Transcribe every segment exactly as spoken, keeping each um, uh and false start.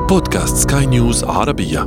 بودكاست سكاي نيوز عربية.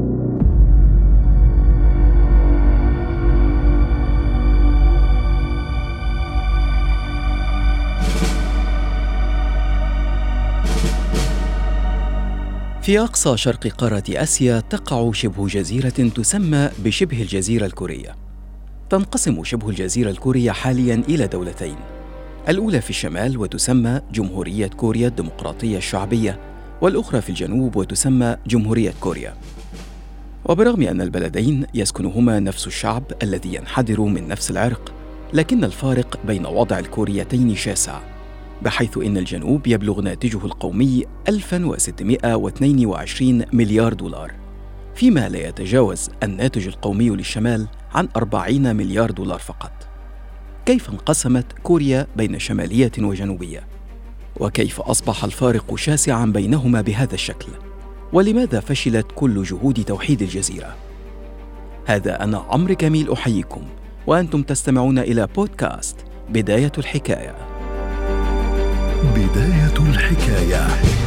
في أقصى شرق قارة آسيا تقع شبه جزيرة تسمى بشبه الجزيرة الكورية. تنقسم شبه الجزيرة الكورية حالياً إلى دولتين، الأولى في الشمال وتسمى جمهورية كوريا الديمقراطية الشعبية، والأخرى في الجنوب وتسمى جمهورية كوريا. وبرغم أن البلدين يسكنهما نفس الشعب الذي ينحدر من نفس العرق، لكن الفارق بين وضع الكوريتين شاسع، بحيث إن الجنوب يبلغ ناتجه القومي ألف وستمائة واثنين وعشرين مليار دولار، فيما لا يتجاوز الناتج القومي للشمال عن أربعين مليار دولار فقط. كيف انقسمت كوريا بين شمالية وجنوبية؟ وكيف أصبح الفارق شاسعاً بينهما بهذا الشكل؟ ولماذا فشلت كل جهود توحيد الجزيرة؟ هذا أنا عمرو كميل أحييكم، وأنتم تستمعون إلى بودكاست بداية الحكاية. بداية الحكاية.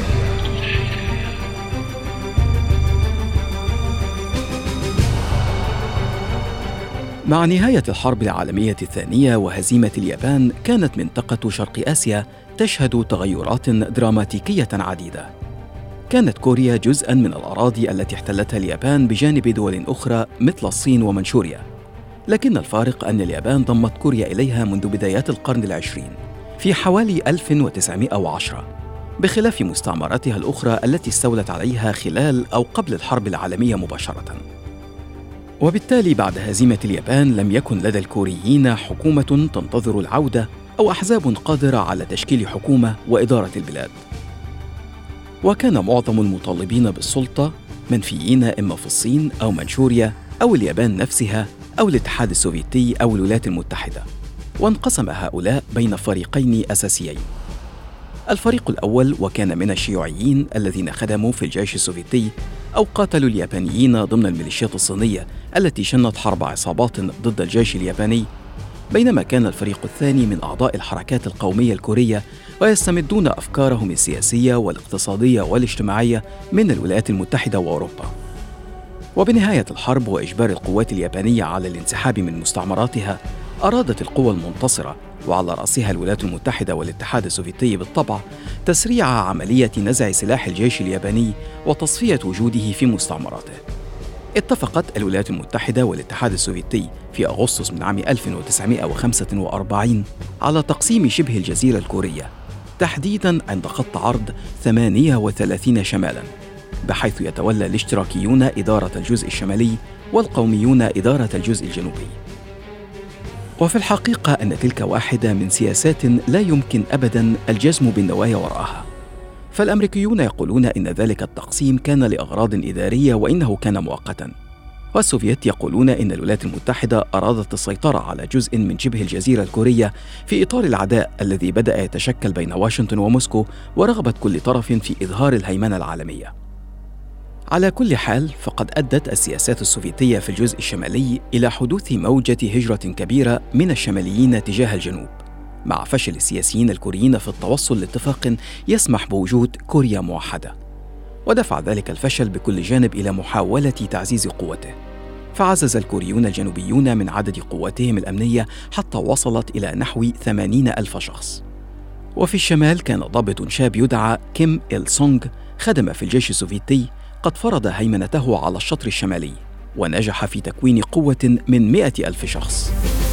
مع نهاية الحرب العالمية الثانية وهزيمة اليابان، كانت منطقة شرق آسيا تشهد تغيرات دراماتيكية عديدة. كانت كوريا جزءاً من الأراضي التي احتلتها اليابان بجانب دول أخرى مثل الصين ومنشوريا، لكن الفارق أن اليابان ضمت كوريا إليها منذ بدايات القرن العشرين في حوالي ألف وتسعمائة وعشرة، بخلاف مستعمراتها الأخرى التي استولت عليها خلال أو قبل الحرب العالمية مباشرة. وبالتالي بعد هزيمة اليابان لم يكن لدى الكوريين حكومة تنتظر العودة أو أحزاب قادرة على تشكيل حكومة وإدارة البلاد. وكان معظم المطالبين بالسلطة منفيين إما في الصين أو منشوريا أو اليابان نفسها أو الاتحاد السوفيتي أو الولايات المتحدة. وانقسم هؤلاء بين فريقين أساسيين. الفريق الأول وكان من الشيوعيين الذين خدموا في الجيش السوفيتي أو قاتلوا اليابانيين ضمن الميليشيات الصينية التي شنت حرب عصابات ضد الجيش الياباني، بينما كان الفريق الثاني من أعضاء الحركات القومية الكورية ويستمدون أفكارهم السياسية والاقتصادية والاجتماعية من الولايات المتحدة وأوروبا. وبنهاية الحرب وإجبار القوات اليابانية على الانسحاب من مستعمراتها، أرادت القوى المنتصرة وعلى رأسها الولايات المتحدة والاتحاد السوفيتي بالطبع تسريع عملية نزع سلاح الجيش الياباني وتصفية وجوده في مستعمراته. اتفقت الولايات المتحدة والاتحاد السوفيتي في أغسطس من عام ألف وتسعمائة وخمسة وأربعين على تقسيم شبه الجزيرة الكورية، تحديداً عند خط عرض ثمانية وثلاثين شمالاً، بحيث يتولى الاشتراكيون إدارة الجزء الشمالي والقوميون إدارة الجزء الجنوبي. وفي الحقيقة أن تلك واحدة من سياسات لا يمكن أبداً الجزم بالنوايا وراءها. فالأمريكيون يقولون إن ذلك التقسيم كان لأغراض إدارية وإنه كان مؤقتاً، والسوفيت يقولون إن الولايات المتحدة أرادت السيطرة على جزء من شبه الجزيرة الكورية في إطار العداء الذي بدأ يتشكل بين واشنطن وموسكو ورغبة كل طرف في إظهار الهيمنة العالمية. على كل حال، فقد أدت السياسات السوفيتية في الجزء الشمالي إلى حدوث موجة هجرة كبيرة من الشماليين تجاه الجنوب، مع فشل السياسيين الكوريين في التوصل لاتفاق يسمح بوجود كوريا موحدة. ودفع ذلك الفشل بكل جانب إلى محاولة تعزيز قوته، فعزز الكوريون الجنوبيون من عدد قواتهم الأمنية حتى وصلت إلى نحو ثمانين ألف شخص. وفي الشمال كان ضابط شاب يدعى كيم إل سونغ خدم في الجيش السوفيتي قد فرض هيمنته على الشطر الشمالي، ونجح في تكوين قوة من مئة ألف شخص.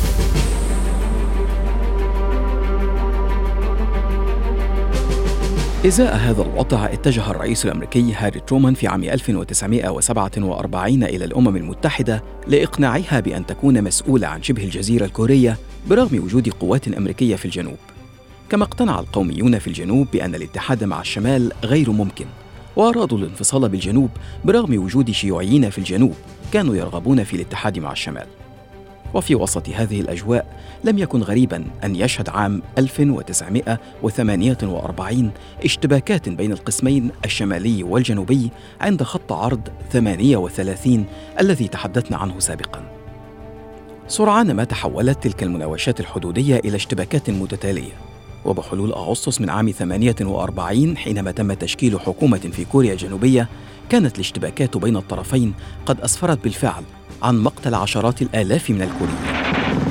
إزاء هذا الوضع اتجه الرئيس الأمريكي هاري ترومان في عام ألف وتسعمائة وسبعة وأربعين إلى الأمم المتحدة لإقناعها بأن تكون مسؤولة عن شبه الجزيرة الكورية برغم وجود قوات أمريكية في الجنوب. كما اقتنع القوميون في الجنوب بأن الاتحاد مع الشمال غير ممكن، وأرادوا الانفصال بالجنوب برغم وجود شيوعيين في الجنوب كانوا يرغبون في الاتحاد مع الشمال. وفي وسط هذه الأجواء لم يكن غريباً أن يشهد عام ألف وتسعمائة وثمانية وأربعين اشتباكات بين القسمين الشمالي والجنوبي عند خط عرض ثمانية وثلاثين الذي تحدثنا عنه سابقاً. سرعان ما تحولت تلك المناوشات الحدودية إلى اشتباكات متتالية، وبحلول أغسطس من عام ثمانية وأربعين حينما تم تشكيل حكومة في كوريا الجنوبية، كانت الاشتباكات بين الطرفين قد أسفرت بالفعل عن مقتل عشرات الآلاف من الكوريين.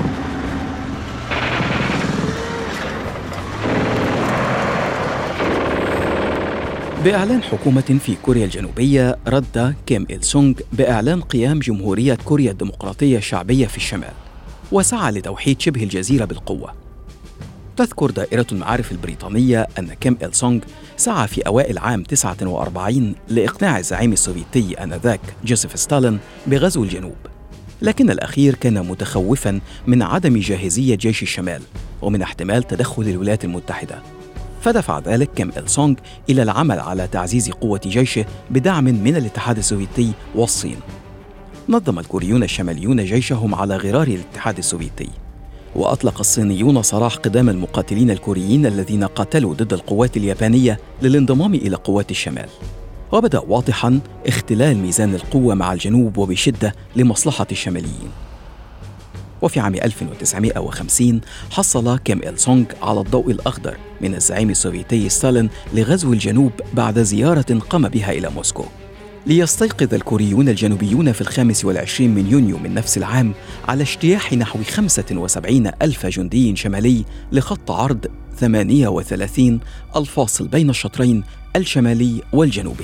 بإعلان حكومة في كوريا الجنوبية، رد كيم إل سونغ بإعلان قيام جمهورية كوريا الديمقراطية الشعبية في الشمال، وسعى لتوحيد شبه الجزيرة بالقوة. تذكر دائرة المعارف البريطانية أن كيم إل سونغ سعى في أوائل عام تسعة وأربعين لإقناع الزعيم السوفيتي آنذاك جوزيف ستالين بغزو الجنوب، لكن الأخير كان متخوفاً من عدم جاهزية جيش الشمال ومن احتمال تدخل الولايات المتحدة، فدفع ذلك كيم إل سونغ إلى العمل على تعزيز قوة جيشه بدعم من الاتحاد السوفيتي والصين. نظم الكوريون الشماليون جيشهم على غرار الاتحاد السوفيتي، وأطلق الصينيون سراح قدام المقاتلين الكوريين الذين قاتلوا ضد القوات اليابانية للانضمام إلى قوات الشمال. وبدأ واضحاً اختلال ميزان القوة مع الجنوب وبشدة لمصلحة الشماليين. وفي عام ألف وتسعمائة وخمسين حصل كيم إل سونغ على الضوء الأخضر من الزعيم السوفيتي ستالين لغزو الجنوب بعد زيارة قام بها إلى موسكو. ليستيقظ الكوريون الجنوبيون في الخامس والعشرين من يونيو من نفس العام على اجتياح نحو خمسة وسبعين ألف جندي شمالي لخط عرض ثمانية وثلاثين الفاصل بين الشطرين الشمالي والجنوبي.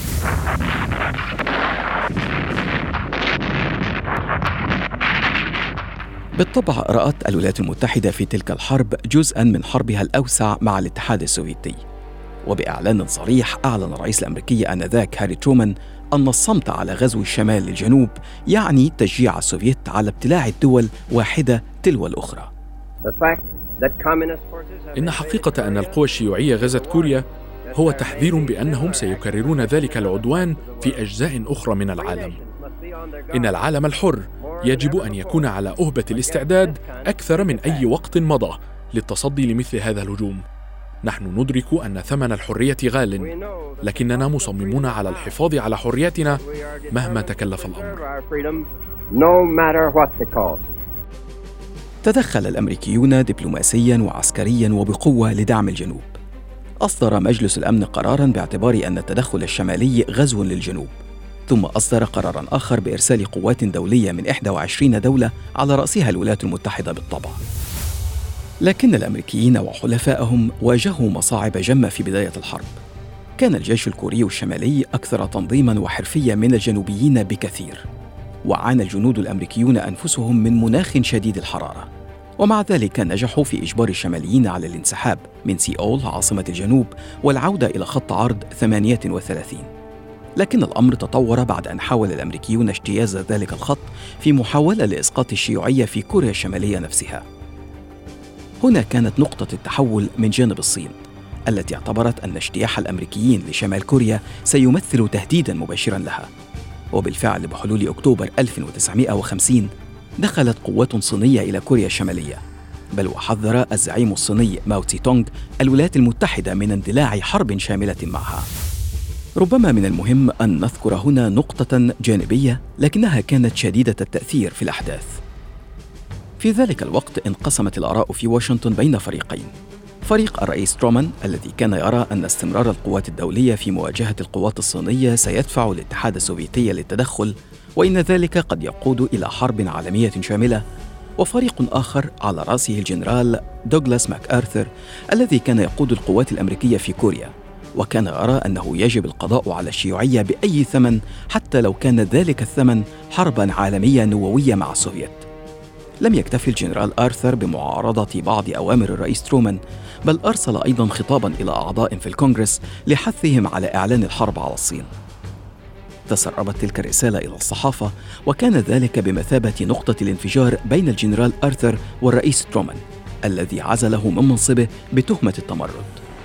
بالطبع رأت الولايات المتحدة في تلك الحرب جزءاً من حربها الأوسع مع الاتحاد السوفيتي، وبإعلان صريح أعلن الرئيس الأمريكي آنذاك هاري ترومان أن الصمت على غزو الشمال للجنوب يعني تشجيع السوفييت على ابتلاع الدول واحدة تلو الأخرى. إن حقيقة أن القوى الشيوعية غزت كوريا هو تحذير بأنهم سيكررون ذلك العدوان في أجزاء أخرى من العالم. إن العالم الحر يجب أن يكون على أهبة الاستعداد أكثر من أي وقت مضى للتصدي لمثل هذا الهجوم. نحن ندرك أن ثمن الحرية غال، لكننا مصممون على الحفاظ على حريتنا مهما تكلف الأمر. تدخل الأمريكيون دبلوماسياً وعسكرياً وبقوة لدعم الجنوب. أصدر مجلس الأمن قراراً باعتبار أن التدخل الشمالي غزو للجنوب، ثم أصدر قراراً آخر بإرسال قوات دولية من إحدى وعشرين دولة على رأسها الولايات المتحدة بالطبع. لكن الأمريكيين وحلفائهم واجهوا مصاعب جمة في بداية الحرب. كان الجيش الكوري الشمالي أكثر تنظيماً وحرفية من الجنوبيين بكثير، وعانى الجنود الأمريكيون أنفسهم من مناخ شديد الحرارة، ومع ذلك نجحوا في إجبار الشماليين على الانسحاب من سيول عاصمة الجنوب والعودة إلى خط عرض ثمانية وثلاثين. لكن الأمر تطور بعد أن حاول الأمريكيون اجتياز ذلك الخط في محاولة لإسقاط الشيوعية في كوريا الشمالية نفسها. هنا كانت نقطة التحول من جانب الصين، التي اعتبرت أن اجتياح الأمريكيين لشمال كوريا سيمثل تهديداً مباشراً لها. وبالفعل بحلول أكتوبر ألف وتسعمائة وخمسين دخلت قوات صينية إلى كوريا الشمالية، بل وحذر الزعيم الصيني ماو تسي تونغ الولايات المتحدة من اندلاع حرب شاملة معها. ربما من المهم أن نذكر هنا نقطة جانبية لكنها كانت شديدة التأثير في الأحداث. في ذلك الوقت انقسمت الآراء في واشنطن بين فريقين: فريق الرئيس ترومان الذي كان يرى أن استمرار القوات الدولية في مواجهة القوات الصينية سيدفع الاتحاد السوفيتي للتدخل، وإن ذلك قد يقود إلى حرب عالمية شاملة، وفريق آخر على رأسه الجنرال دوغلاس ماك آرثر الذي كان يقود القوات الأمريكية في كوريا، وكان يرى أنه يجب القضاء على الشيوعية بأي ثمن حتى لو كان ذلك الثمن حرباً عالمية نووية مع السوفيت. لم يكتفي الجنرال آرثر بمعارضة بعض أوامر الرئيس ترومان، بل أرسل أيضاً خطاباً إلى أعضاء في الكونغرس لحثهم على إعلان الحرب على الصين. تسربت تلك الرسالة إلى الصحافة، وكان ذلك بمثابة نقطة الانفجار بين الجنرال آرثر والرئيس ترومان الذي عزله من منصبه بتهمة التمرد.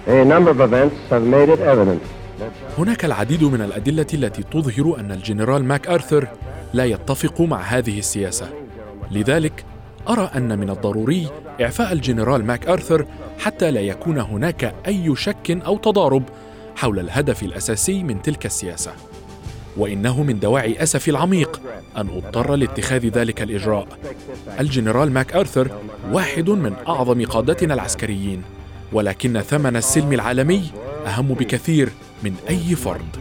هناك العديد من الأدلة التي تظهر أن الجنرال ماك آرثر لا يتفق مع هذه السياسة. لذلك أرى أن من الضروري إعفاء الجنرال ماك آرثر حتى لا يكون هناك أي شك أو تضارب حول الهدف الأساسي من تلك السياسة. وإنه من دواعي أسفي العميق أن أضطر لاتخاذ ذلك الإجراء. الجنرال ماك آرثر واحد من أعظم قادتنا العسكريين، ولكن ثمن السلم العالمي أهم بكثير من أي فرد.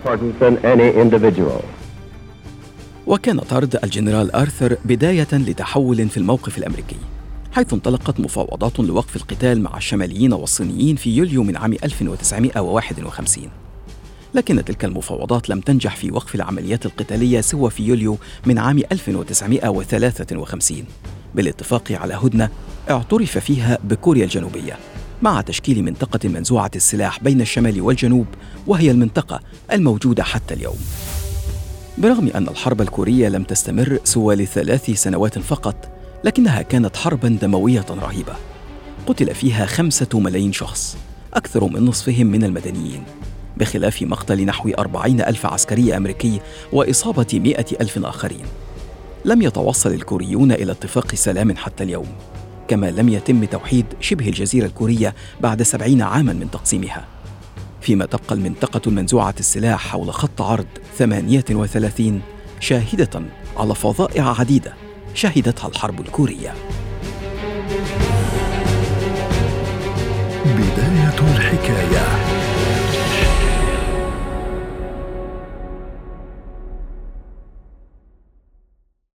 وكان طرد الجنرال آرثر بداية لتحول في الموقف الأمريكي، حيث انطلقت مفاوضات لوقف القتال مع الشماليين والصينيين في يوليو من عام ألف وتسعمائة وواحد وخمسين. لكن تلك المفاوضات لم تنجح في وقف العمليات القتالية سوى في يوليو من عام ألف وتسعمائة وثلاثة وخمسين بالاتفاق على هدنة اعترف فيها بكوريا الجنوبية، مع تشكيل منطقة منزوعة السلاح بين الشمال والجنوب، وهي المنطقة الموجودة حتى اليوم. برغم أن الحرب الكورية لم تستمر سوى لثلاث سنوات فقط، لكنها كانت حرباً دموية رهيبة قتل فيها خمسة ملايين شخص، أكثر من نصفهم من المدنيين، بخلاف مقتل نحو أربعين ألف عسكري أمريكي وإصابة مئة ألف آخرين. لم يتوصل الكوريون إلى اتفاق سلام حتى اليوم، كما لم يتم توحيد شبه الجزيرة الكورية بعد سبعين عاماً من تقسيمها، فيما تبقى المنطقة المنزوعة السلاح حول خط عرض ثمانية وثلاثين شاهدة على فظائع عديدة شهدتها الحرب الكورية. بداية الحكاية.